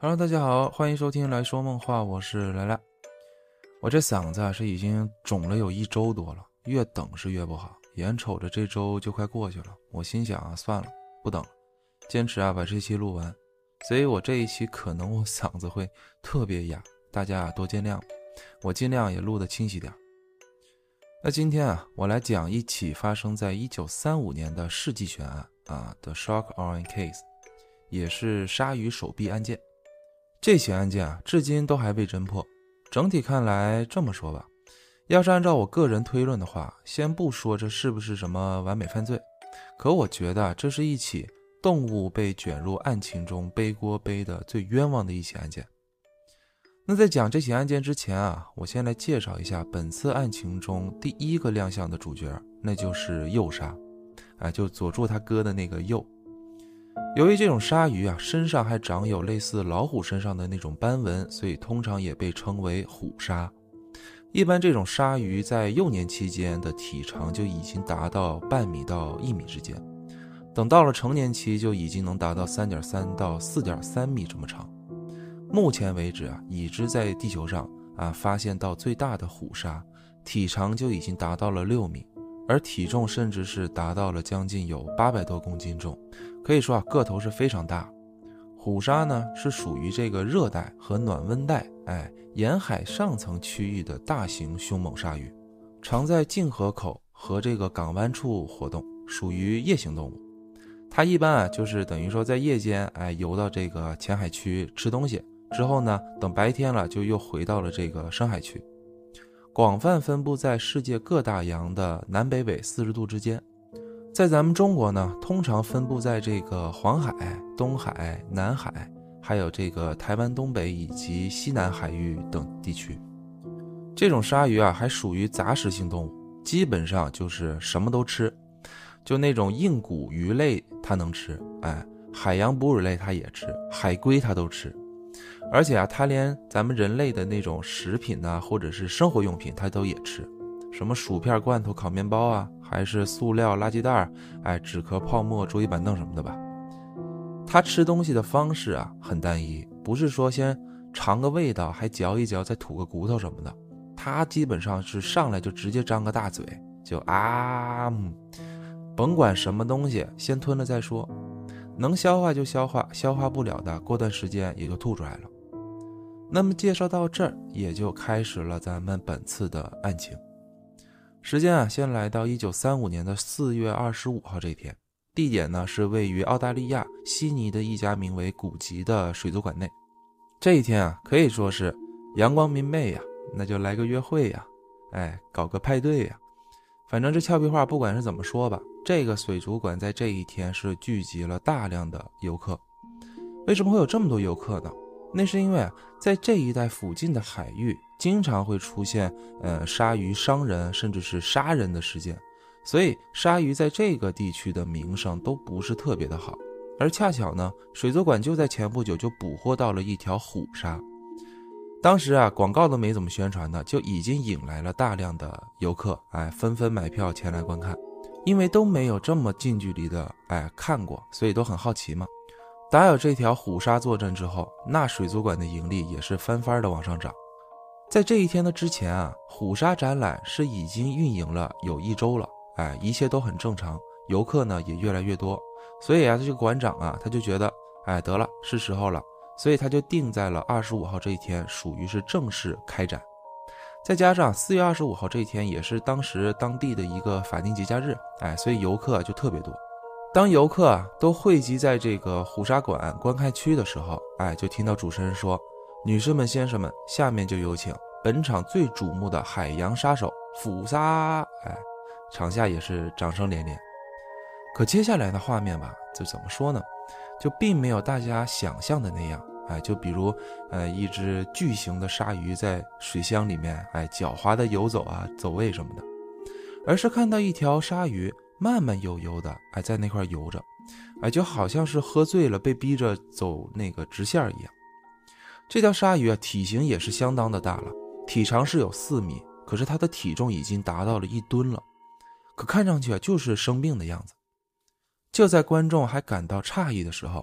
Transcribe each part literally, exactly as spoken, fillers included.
Hello，大家好，欢迎收听来说梦话，我是来来。我这嗓子啊是已经肿了有一周多了，越等是越不好，眼瞅着这周就快过去了，我心想啊，算了，不等了，坚持啊把这期录完。所以我这一期可能我嗓子会特别哑，大家啊多见谅，我尽量也录得清晰点。那今天啊，我来讲一起发生在一九三五年的世纪悬案啊 ，The Shark Arm Case， 也是鲨鱼手臂案件。这起案件啊，至今都还未侦破。整体看来，这么说吧，要是按照我个人推论的话，先不说这是不是什么完美犯罪，可我觉得这是一起动物被卷入案情中背锅背的最冤枉的一起案件。那在讲这起案件之前啊，我先来介绍一下本次案情中第一个亮相的主角，那就是幼鲨，啊，就佐助他哥的那个幼。由于这种鲨鱼啊，身上还长有类似老虎身上的那种斑纹，所以通常也被称为虎鲨。一般这种鲨鱼在幼年期间的体长就已经达到半米到一米之间，等到了成年期就已经能达到 三点三 到 四点三米这么长。目前为止啊，已知在地球上啊发现到最大的虎鲨，体长就已经达到了六米，而体重甚至是达到了将近有八百多公斤重，可以说啊个头是非常大。虎鲨呢是属于这个热带和暖温带哎沿海上层区域的大型凶猛鲨鱼，常在静河口和这个港湾处活动，属于夜行动物。它一般啊就是等于说在夜间哎游到这个浅海区吃东西，之后呢等白天了就又回到了这个深海区，广泛分布在世界各大洋的南北纬四十度之间。在咱们中国呢，通常分布在这个黄海、东海、南海，还有这个台湾东北以及西南海域等地区。这种鲨鱼啊还属于杂食性动物，基本上就是什么都吃，就那种硬骨鱼类它能吃，哎，海洋哺乳类它也吃，海龟它都吃。而且啊，它连咱们人类的那种食品啊，或者是生活用品它都也吃，什么薯片、罐头、烤面包啊，还是塑料垃圾袋，哎，纸壳、泡沫、桌椅板凳什么的吧。它吃东西的方式啊很单一，不是说先尝个味道还嚼一嚼再吐个骨头什么的，它基本上是上来就直接张个大嘴，就啊、嗯、甭管什么东西先吞了再说，能消化就消化，消化不了的过段时间也就吐出来了。那么介绍到这儿，也就开始了咱们本次的案情。时间啊，先来到一九三五年的四月二十五号这天，地点呢是位于澳大利亚悉尼的一家名为古籍的水族馆内。这一天啊，可以说是阳光明媚呀，那就来个约会呀，哎，搞个派对呀。反正这俏皮话不管是怎么说吧，这个水族馆在这一天是聚集了大量的游客。为什么会有这么多游客呢？那是因为啊，在这一带附近的海域经常会出现呃鲨鱼伤人甚至是杀人的事件，所以鲨鱼在这个地区的名声都不是特别的好。而恰巧呢，水族馆就在前不久就捕获到了一条虎鲨。当时啊，广告都没怎么宣传呢，就已经引来了大量的游客，哎，纷纷买票前来观看。因为都没有这么近距离的哎看过，所以都很好奇嘛。打有这条虎鲨坐镇之后，那水族馆的盈利也是翻番的往上涨。在这一天的之前啊，虎鲨展览是已经运营了有一周了，哎，一切都很正常，游客呢也越来越多。所以啊，这个馆长啊，他就觉得，哎，得了，是时候了，所以他就定在了二十五号这一天，属于是正式开展。再加上四月二十五号这一天也是当时当地的一个法定节假日，哎，所以游客就特别多。当游客啊都汇集在这个虎鲨馆观看区的时候，哎，就听到主持人说：“女士们、先生们，下面就有请本场最瞩目的海洋杀手虎鲨。”哎，场下也是掌声连连。可接下来的画面吧，就怎么说呢？就并没有大家想象的那样。哎，就比如，呃，一只巨型的鲨鱼在水箱里面，哎，狡猾的游走啊，走位什么的，而是看到一条鲨鱼慢慢悠悠的，哎，在那块游着，哎，就好像是喝醉了被逼着走那个直线一样。这条鲨鱼啊，体型也是相当的大了，体长是有四米，可是它的体重已经达到了一吨了，可看上去啊，就是生病的样子。就在观众还感到诧异的时候，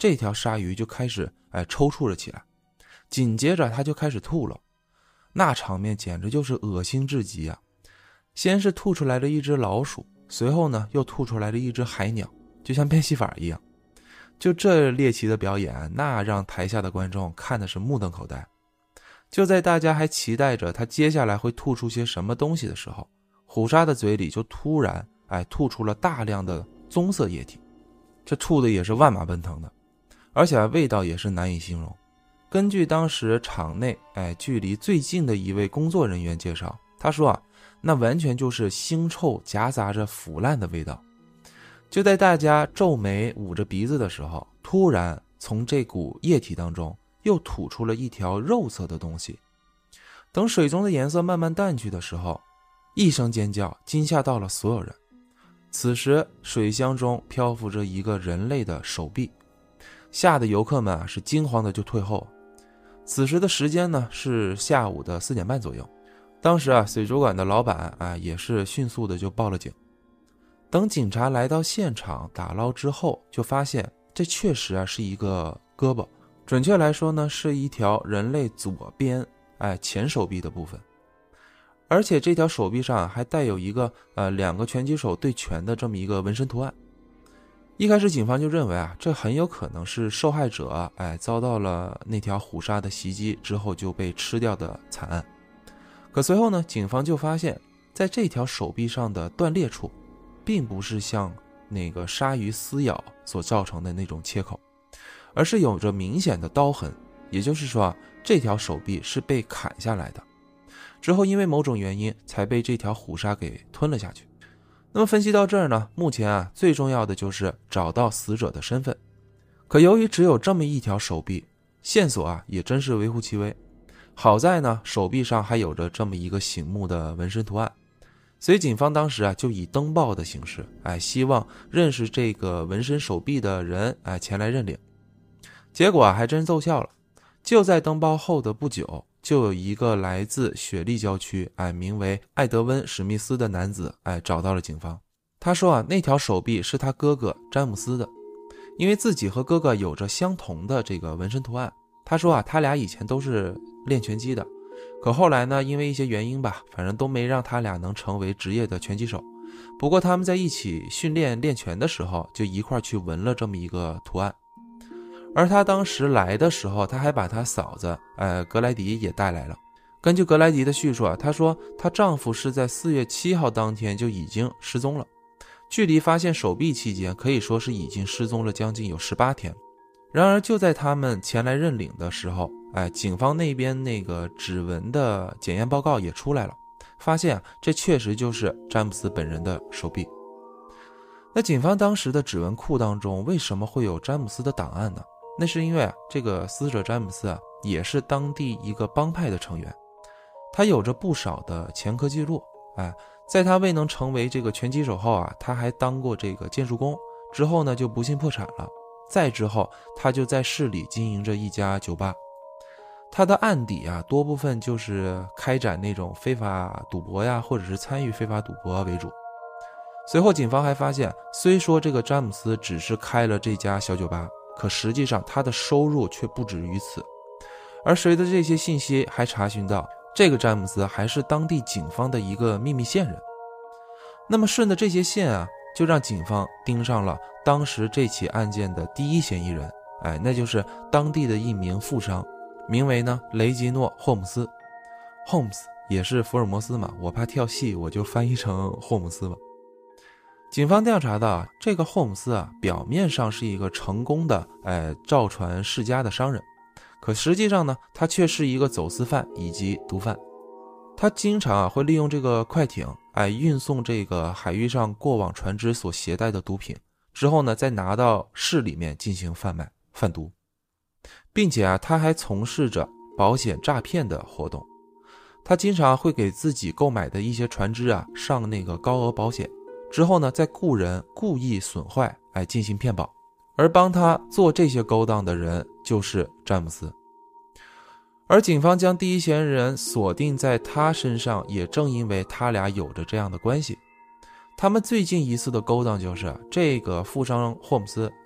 这条鲨鱼就开始哎抽搐了起来，紧接着它就开始吐了，那场面简直就是恶心至极啊！先是吐出来了一只老鼠，随后呢又吐出来了一只海鸟，就像变戏法一样。就这猎奇的表演，那让台下的观众看的是目瞪口呆。就在大家还期待着他接下来会吐出些什么东西的时候，虎鲨的嘴里就突然哎吐出了大量的棕色液体，这吐的也是万马奔腾的，而且味道也是难以形容。根据当时场内哎距离最近的一位工作人员介绍，他说啊，那完全就是腥臭夹杂着腐烂的味道。就在大家皱眉捂着鼻子的时候，突然从这股液体当中又吐出了一条肉色的东西。等水中的颜色慢慢淡去的时候，一声尖叫惊吓到了所有人。此时水箱中漂浮着一个人类的手臂，吓得游客们啊是惊慌的就退后。此时的时间呢是下午的四点半左右，当时啊水族馆的老板啊也是迅速的就报了警。等警察来到现场打捞之后，就发现这确实啊是一个胳膊，准确来说呢是一条人类左边哎前手臂的部分，而且这条手臂上还带有一个呃两个拳击手对拳的这么一个纹身图案。一开始警方就认为啊这很有可能是受害者哎遭到了那条虎鲨的袭击之后就被吃掉的惨案。可随后呢，警方就发现在这条手臂上的断裂处并不是像那个鲨鱼撕咬所造成的那种切口，而是有着明显的刀痕，也就是说啊，这条手臂是被砍下来的，之后因为某种原因才被这条虎鲨给吞了下去。那么分析到这儿呢，目前啊最重要的就是找到死者的身份。可由于只有这么一条手臂，线索啊也真是微乎其微。好在呢，手臂上还有着这么一个醒目的纹身图案。所以警方当时啊就以登报的形式，哎，希望认识这个纹身手臂的人，哎，前来认领。结果啊还真奏效了。就在登报后的不久，就有一个来自雪莉郊区，哎，名为艾德温·史密斯的男子，哎，找到了警方。他说啊，那条手臂是他哥哥詹姆斯的，因为自己和哥哥有着相同的这个纹身图案。他说啊，他俩以前都是练拳击的。可后来呢，因为一些原因吧，反正都没让他俩能成为职业的拳击手。不过他们在一起训练练拳的时候，就一块去纹了这么一个图案。而他当时来的时候，他还把他嫂子呃格莱迪也带来了。根据格莱迪的叙述啊，他说她丈夫是在四月七号当天就已经失踪了，距离发现手臂期间可以说是已经失踪了将近有十八天。然而就在他们前来认领的时候，哎，警方那边那个指纹的检验报告也出来了，发现啊，这确实就是詹姆斯本人的手臂。那警方当时的指纹库当中为什么会有詹姆斯的档案呢？那是因为啊，这个死者詹姆斯啊，也是当地一个帮派的成员，他有着不少的前科记录。哎，在他未能成为这个拳击手后啊，他还当过这个建筑工，之后呢就不幸破产了。再之后，他就在市里经营着一家酒吧。他的案底啊，多部分就是开展那种非法赌博呀，或者是参与非法赌博为主。随后警方还发现，虽说这个詹姆斯只是开了这家小酒吧，可实际上他的收入却不止于此。而随着这些信息还查询到，这个詹姆斯还是当地警方的一个秘密线人。那么顺着这些线啊，就让警方盯上了当时这起案件的第一嫌疑人，哎，那就是当地的一名富商，名为呢雷吉诺·霍姆斯。Holmes 也是福尔摩斯嘛，我怕跳戏，我就翻译成霍姆斯吧。警方调查到，这个霍姆斯啊，表面上是一个成功的哎造船世家的商人，可实际上呢，他却是一个走私犯以及毒贩。他经常啊会利用这个快艇哎运送这个海域上过往船只所携带的毒品，之后呢再拿到市里面进行贩卖贩毒，并且啊他还从事着保险诈骗的活动。他经常会给自己购买的一些船只啊上那个高额保险，之后呢再雇人故意损坏哎进行骗保，而帮他做这些勾当的人就是詹姆斯。而警方将第一嫌疑人锁定在他身上，也正因为他俩有着这样的关系。他们最近一次的勾当就是这个富商霍姆斯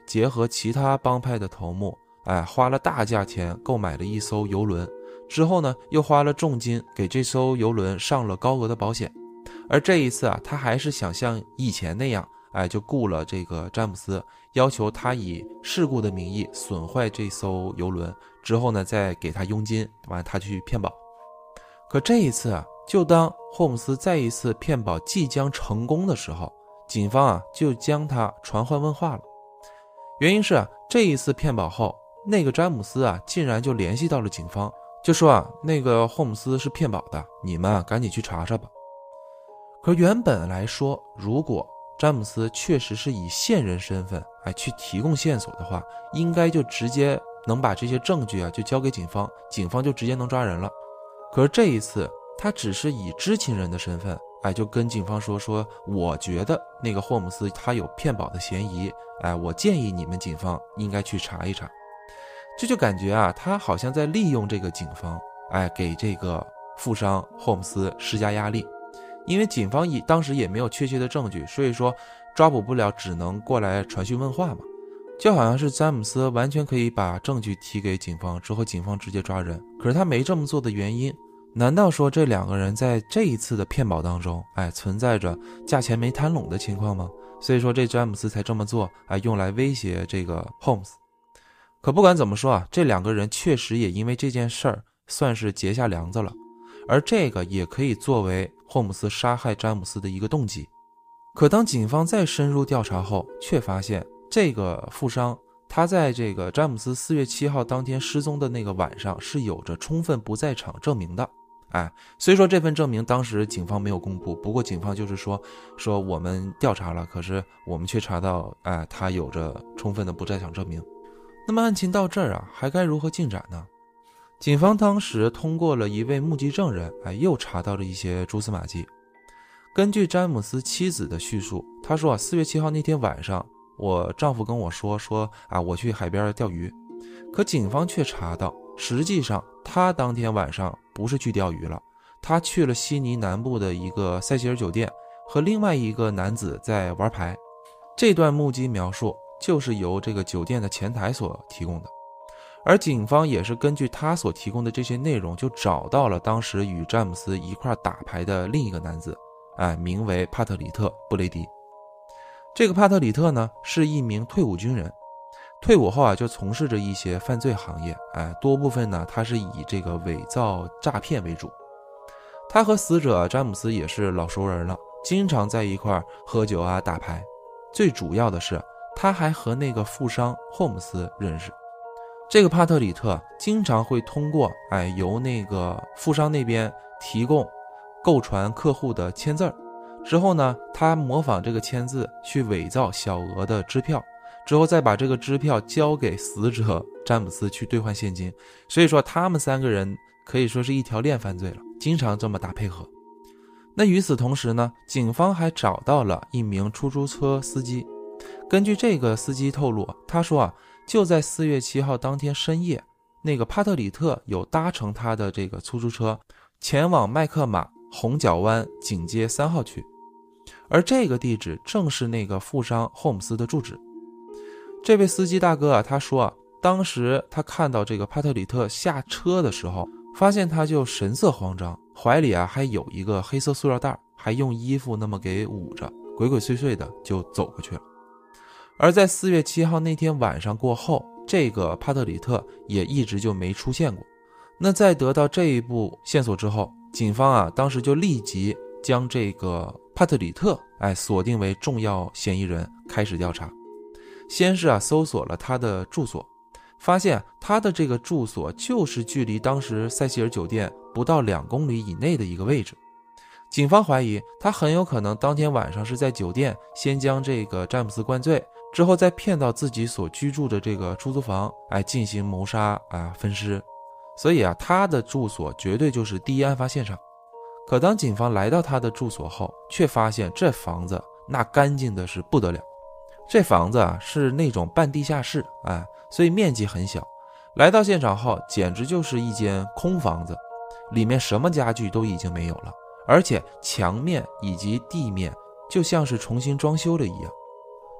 结合其他帮派的头目，哎，花了大价钱购买了一艘游轮，之后呢，又花了重金给这艘游轮上了高额的保险。而这一次啊，他还是想像以前那样，哎，就雇了这个詹姆斯，要求他以事故的名义损坏这艘游轮，之后呢，再给他佣金，完他去骗保。可这一次啊，就当霍姆斯再一次骗保即将成功的时候，警方啊就将他传唤问话了。原因是啊，这一次骗保后，那个詹姆斯啊竟然就联系到了警方，就说啊，那个霍姆斯是骗保的，你们啊赶紧去查查吧。可原本来说，如果詹姆斯确实是以线人身份哎去提供线索的话，应该就直接能把这些证据啊就交给警方，警方就直接能抓人了。可是这一次他只是以知情人的身份哎就跟警方说说我觉得那个霍姆斯他有骗保的嫌疑，哎，我建议你们警方应该去查一查。这就感觉啊他好像在利用这个警方哎给这个富商霍姆斯施加压力。因为警方当时也没有确切的证据，所以说抓捕不了，只能过来传讯问话嘛。就好像是詹姆斯完全可以把证据提给警方，之后警方直接抓人。可是他没这么做的原因，难道说这两个人在这一次的骗保当中，哎，存在着价钱没谈拢的情况吗？所以说这詹姆斯才这么做，哎，用来威胁这个 Holmes。可不管怎么说啊，这两个人确实也因为这件事儿算是结下梁子了。而这个也可以作为霍姆斯杀害詹姆斯的一个动机。可当警方再深入调查后，却发现这个富商他在这个詹姆斯四月七号当天失踪的那个晚上是有着充分不在场证明的。哎，虽说这份证明当时警方没有公布，不过警方就是说说我们调查了，可是我们却查到哎，他有着充分的不在场证明。那么案情到这儿啊，还该如何进展呢？警方当时通过了一位目击证人，哎，又查到了一些蛛丝马迹。根据詹姆斯妻子的叙述，他说啊，四月七号那天晚上，我丈夫跟我说说啊，我去海边钓鱼。可警方却查到，实际上他当天晚上不是去钓鱼了，他去了悉尼南部的一个塞西尔酒店，和另外一个男子在玩牌。这段目击描述就是由这个酒店的前台所提供的。而警方也是根据他所提供的这些内容，就找到了当时与詹姆斯一块打牌的另一个男子，哎，名为帕特里特·布雷迪。这个帕特里特呢，是一名退伍军人，退伍后啊，就从事着一些犯罪行业，哎，多部分呢，他是以这个伪造诈骗为主。他和死者詹姆斯也是老熟人了，经常在一块喝酒啊、打牌。最主要的是，他还和那个富商霍姆斯认识。这个帕特里特经常会通过哎由那个富商那边提供购船客户的签字，之后呢，他模仿这个签字去伪造小额的支票，之后再把这个支票交给死者詹姆斯去兑换现金。所以说他们三个人可以说是一条链犯罪了，经常这么打配合。那与此同时呢，警方还找到了一名出租车司机。根据这个司机透露，他说啊，就在四月七号当天深夜，那个帕特里特有搭乘他的这个出租车前往麦克马红角湾警街三号去，而这个地址正是那个富商霍姆斯的住址。这位司机大哥啊，他说啊，当时他看到这个帕特里特下车的时候，发现他就神色慌张，怀里啊还有一个黑色塑料袋，还用衣服那么给捂着，鬼鬼祟祟的就走过去了。而在四月七号那天晚上过后，这个帕特里特也一直就没出现过。那在得到这一步线索之后，警方啊当时就立即将这个帕特里特哎锁定为重要嫌疑人，开始调查。先是啊搜索了他的住所，发现他的这个住所就是距离当时塞西尔酒店不到两公里以内的一个位置。警方怀疑他很有可能当天晚上是在酒店先将这个詹姆斯灌醉，之后再骗到自己所居住的这个出租房，哎，进行谋杀啊分尸。所以啊，他的住所绝对就是第一案发现场。可当警方来到他的住所后，却发现这房子那干净的是不得了。这房子啊是那种半地下室，哎，所以面积很小。来到现场后，简直就是一间空房子，里面什么家具都已经没有了，而且墙面以及地面就像是重新装修了一样。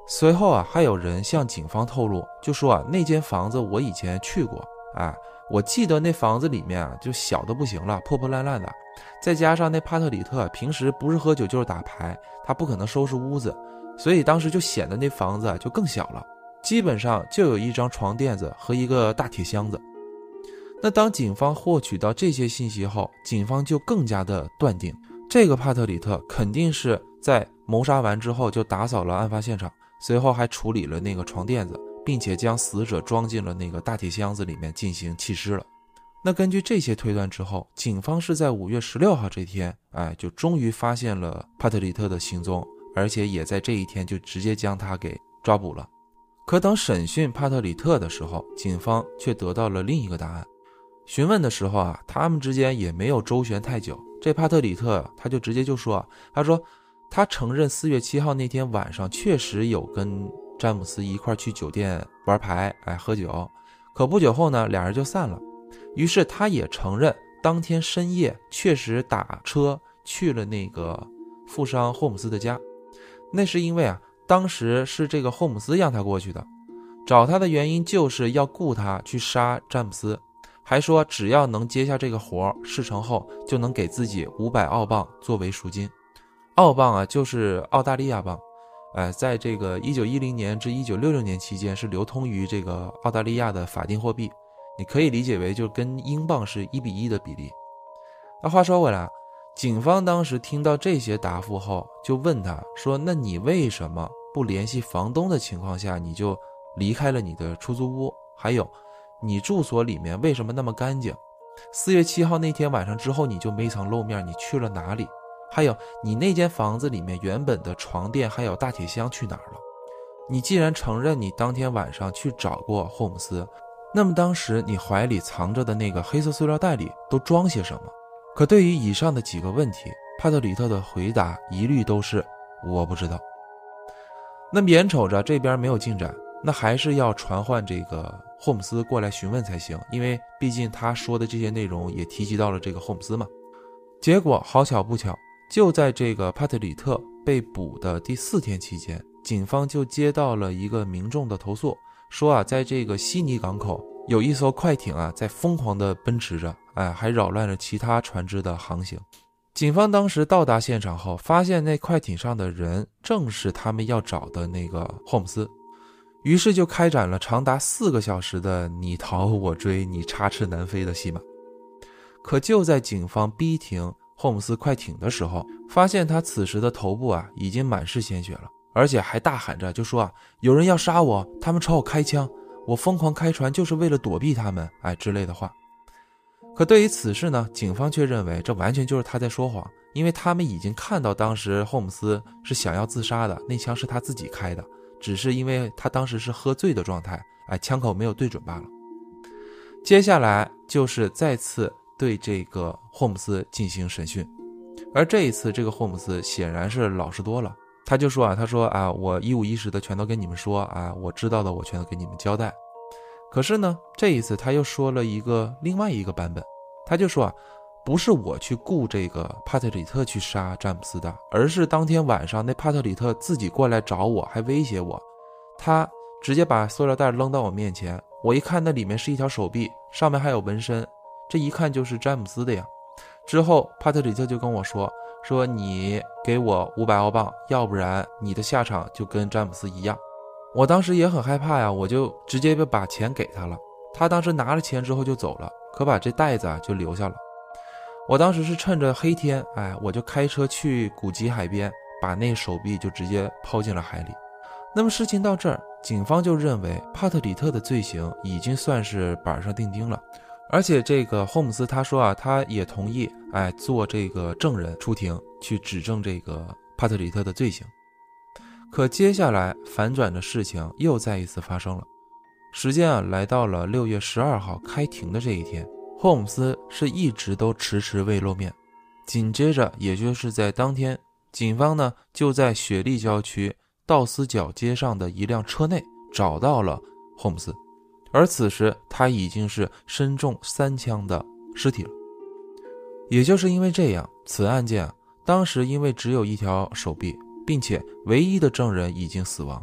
随后啊，还有人向警方透露，就说啊，那间房子我以前去过，哎，我记得那房子里面啊，就小的不行了，破破烂烂的，再加上那帕特里特平时不是喝酒就是打牌，他不可能收拾屋子，所以当时就显得那房子啊就更小了，基本上就有一张床垫子和一个大铁箱子。那当警方获取到这些信息后，警方就更加的断定，这个帕特里特肯定是在谋杀完之后就打扫了案发现场，随后还处理了那个床垫子，并且将死者装进了那个大铁箱子里面进行弃尸了。那根据这些推断之后，警方是在五月十六号这天，哎，就终于发现了帕特里特的行踪，而且也在这一天就直接将他给抓捕了。可等审讯帕特里特的时候，警方却得到了另一个答案。询问的时候啊，他们之间也没有周旋太久，这帕特里特他就直接就说啊，他说他承认四月七号那天晚上确实有跟詹姆斯一块去酒店玩牌，哎，喝酒，可不久后呢，俩人就散了。于是他也承认当天深夜确实打车去了那个富商霍姆斯的家，那是因为啊，当时是这个霍姆斯让他过去的，找他的原因就是要雇他去杀詹姆斯，还说只要能接下这个活，事成后就能给自己五百澳镑作为赎金。澳镑啊，就是澳大利亚镑，呃，在这个一九一零年至一九六六年期间是流通于这个澳大利亚的法定货币，你可以理解为就跟英镑是一比一的比例。那话说回来，警方当时听到这些答复后，就问他说：“那你为什么不联系房东的情况下，你就离开了你的出租屋？还有，你住所里面为什么那么干净？四月七号那天晚上之后你就没曾露面，你去了哪里？还有，你那间房子里面原本的床垫还有大铁箱去哪儿了？你既然承认你当天晚上去找过霍姆斯，那么当时你怀里藏着的那个黑色塑料袋里都装些什么？”可对于以上的几个问题，帕特里特的回答一律都是我不知道。那么眼瞅着这边没有进展，那还是要传唤这个霍姆斯过来询问才行，因为毕竟他说的这些内容也提及到了这个霍姆斯嘛。结果好巧不巧，就在这个帕特里特被捕的第四天期间，警方就接到了一个民众的投诉，说啊，在这个悉尼港口有一艘快艇啊在疯狂地奔驰着，哎，还扰乱了其他船只的航行。警方当时到达现场后，发现那快艇上的人正是他们要找的那个霍姆斯，于是就开展了长达四个小时的你逃我追你插翅难飞的戏码。可就在警方逼停霍姆斯快艇的时候，发现他此时的头部啊已经满是鲜血了，而且还大喊着就说啊，有人要杀我，他们朝我开枪，我疯狂开船就是为了躲避他们，哎之类的话。可对于此事呢，警方却认为这完全就是他在说谎，因为他们已经看到当时霍姆斯是想要自杀的，那枪是他自己开的，只是因为他当时是喝醉的状态，哎，枪口没有对准罢了。接下来就是再次对这个霍姆斯进行审讯，而这一次这个霍姆斯显然是老实多了，他就说啊，他说啊，我一五一十的全都跟你们说啊，我知道的我全都给你们交代。可是呢，这一次他又说了一个另外一个版本，他就说啊，不是我去雇这个帕特里特去杀詹姆斯的，而是当天晚上那帕特里特自己过来找我，还威胁我，他直接把塑料袋扔到我面前，我一看那里面是一条手臂，上面还有纹身，这一看就是詹姆斯的呀。之后帕特里特就跟我说说你给我五百澳镑，要不然你的下场就跟詹姆斯一样。我当时也很害怕呀，我就直接把钱给他了。他当时拿了钱之后就走了，可把这袋子啊就留下了。我当时是趁着黑天，哎，我就开车去古吉海边，把那手臂就直接抛进了海里。那么事情到这儿，警方就认为帕特里特的罪行已经算是板上钉钉了。而且这个霍姆斯他说啊，他也同意哎做这个证人出庭去指证这个帕特里特的罪行。可接下来反转的事情又再一次发生了。时间啊来到了六月十二号开庭的这一天，霍姆斯是一直都迟迟未露面。紧接着也就是在当天，警方呢就在雪莉郊区道斯角街上的一辆车内找到了霍姆斯，而此时他已经是身中三枪的尸体了。也就是因为这样，此案件啊当时因为只有一条手臂，并且唯一的证人已经死亡，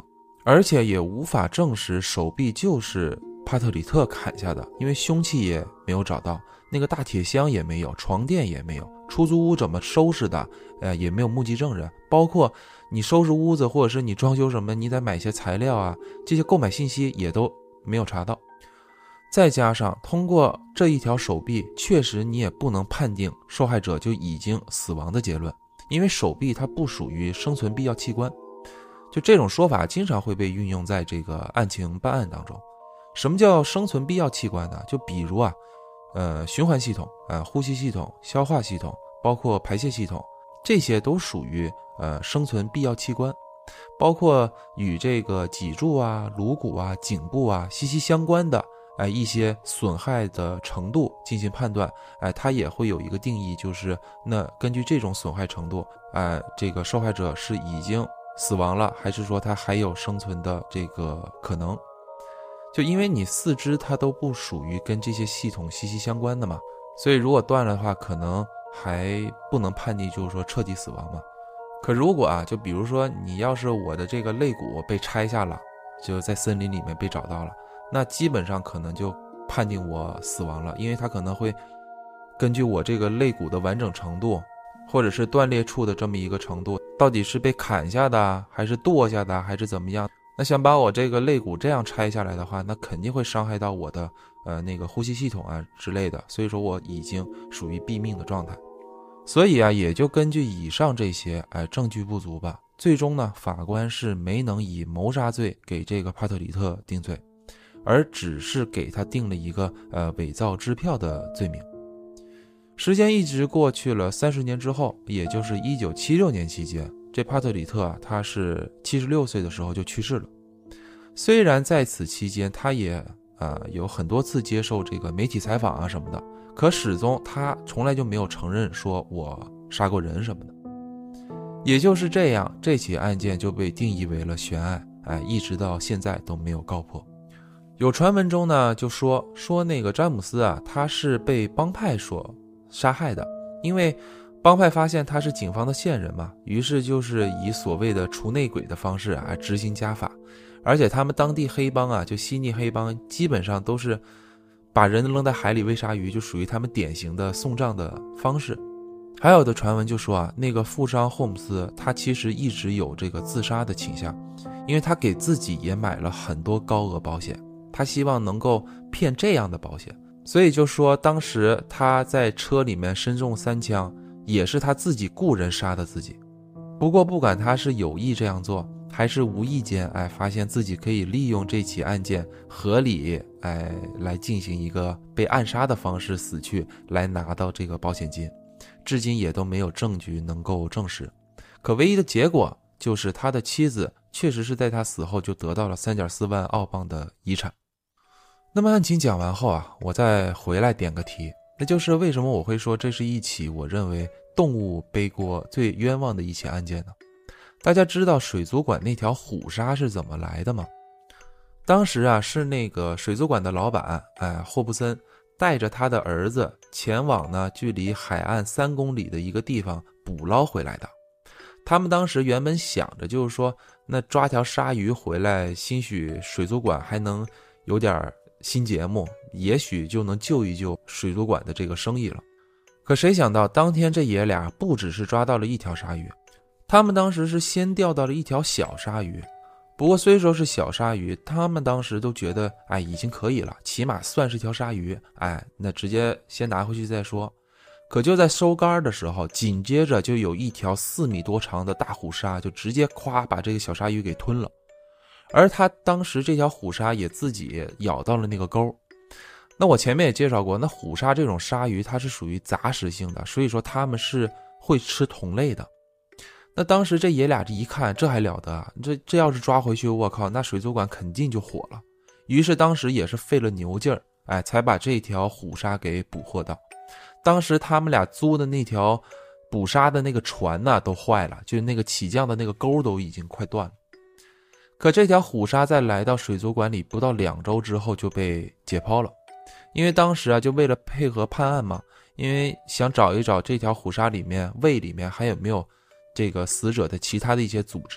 而且也无法证实手臂就是帕特里特砍下的，因为凶器也没有找到，那个大铁箱也没有，床垫也没有，出租屋怎么收拾的，呃，也没有目击证人，包括你收拾屋子或者是你装修什么，你得买些材料啊，这些购买信息也都没有查到。再加上通过这一条手臂，确实你也不能判定受害者就已经死亡的结论，因为手臂它不属于生存必要器官。就这种说法经常会被运用在这个案情办案当中。什么叫生存必要器官呢？就比如啊，呃，循环系统、呃，呼吸系统、消化系统，包括排泄系统，这些都属于呃生存必要器官。包括与这个脊柱啊、颅骨啊、颈部啊息息相关的哎一些损害的程度进行判断，哎，它也会有一个定义，就是那根据这种损害程度，哎，这个受害者是已经死亡了，还是说他还有生存的这个可能。就因为你四肢它都不属于跟这些系统息息相关的嘛，所以如果断了的话，可能还不能判定就是说彻底死亡嘛。可如果啊，就比如说你要是我的这个肋骨被拆下了，就在森林里面被找到了，那基本上可能就判定我死亡了，因为它可能会根据我这个肋骨的完整程度，或者是断裂处的这么一个程度，到底是被砍下的还是剁下的还是怎么样，那想把我这个肋骨这样拆下来的话，那肯定会伤害到我的呃那个呼吸系统啊之类的，所以说我已经属于毙命的状态。所以啊，也就根据以上这些哎证据不足吧，最终呢法官是没能以谋杀罪给这个帕特里特定罪，而只是给他定了一个呃伪造支票的罪名。时间一直过去了三十年之后，也就是一九七六年期间，这帕特里特啊他是七十六岁的时候就去世了。虽然在此期间他也呃有很多次接受这个媒体采访啊什么的，可始终他从来就没有承认说我杀过人什么的。也就是这样，这起案件就被定义为了悬案，哎，一直到现在都没有告破。有传闻中呢就说说那个詹姆斯啊，他是被帮派所杀害的，因为帮派发现他是警方的线人嘛，于是就是以所谓的除内鬼的方式啊执行家法，而且他们当地黑帮啊，就悉尼黑帮基本上都是把人扔在海里喂鲨鱼，就属于他们典型的送葬的方式。还有的传闻就说啊，那个富商霍姆斯他其实一直有这个自杀的倾向，因为他给自己也买了很多高额保险，他希望能够骗这样的保险，所以就说当时他在车里面身中三枪，也是他自己雇人杀的自己。不过不管他是有意这样做，还是无意间哎发现自己可以利用这起案件合理哎来进行一个被暗杀的方式死去，来拿到这个保险金，至今也都没有证据能够证实。可唯一的结果就是他的妻子确实是在他死后就得到了 三点四万澳镑的遗产。那么案情讲完后啊，我再回来点个题，那就是为什么我会说这是一起我认为动物背锅最冤枉的一起案件呢？大家知道水族馆那条虎鲨是怎么来的吗？当时啊，是那个水族馆的老板哎霍布森带着他的儿子前往呢距离海岸三公里的一个地方捕捞回来的。他们当时原本想着就是说，那抓条鲨鱼回来，兴许水族馆还能有点新节目，也许就能救一救水族馆的这个生意了。可谁想到当天这爷俩不只是抓到了一条鲨鱼，他们当时是先钓到了一条小鲨鱼。不过虽说是小鲨鱼，他们当时都觉得哎已经可以了，起码算是条鲨鱼，哎那直接先拿回去再说。可就在收竿的时候，紧接着就有一条四米多长的大虎鲨就直接夸把这个小鲨鱼给吞了。而他当时这条虎鲨也自己咬到了那个钩。那我前面也介绍过，那虎鲨这种鲨鱼它是属于杂食性的，所以说它们是会吃同类的。那当时这爷俩这一看，这还了得啊，这这要是抓回去，我靠，那水族馆肯定就火了。于是当时也是费了牛劲儿，哎，才把这条虎鲨给捕获到。当时他们俩租的那条捕鲨的那个船呢都坏了，就是那个起降的那个钩都已经快断了。可这条虎鲨在来到水族馆里不到两周之后就被解剖了。因为当时啊，就为了配合判案嘛，因为想找一找这条虎鲨里面胃里面还有没有这个死者的其他的一些组织，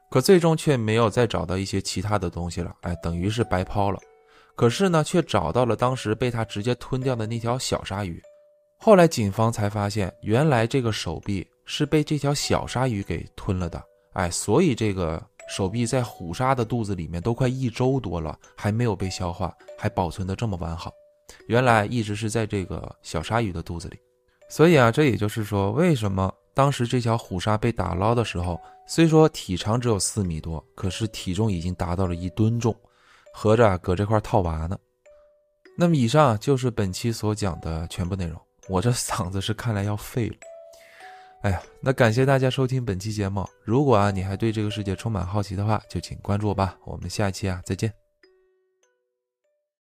可最终却没有再找到一些其他的东西了，哎，等于是白抛了。可是呢，却找到了当时被他直接吞掉的那条小鲨鱼。后来警方才发现，原来这个手臂是被这条小鲨鱼给吞了的，哎，所以这个手臂在虎鲨的肚子里面都快一周多了，还没有被消化，还保存得这么完好。原来一直是在这个小鲨鱼的肚子里。所以啊，这也就是说，为什么当时这条虎鲨被打捞的时候，虽说体长只有四米多，可是体重已经达到了一吨重，合着啊搁这块套娃呢。那么以上就是本期所讲的全部内容，我这嗓子是看来要废了。哎呀，那感谢大家收听本期节目，如果啊你还对这个世界充满好奇的话，就请关注我吧，我们下一期啊再见。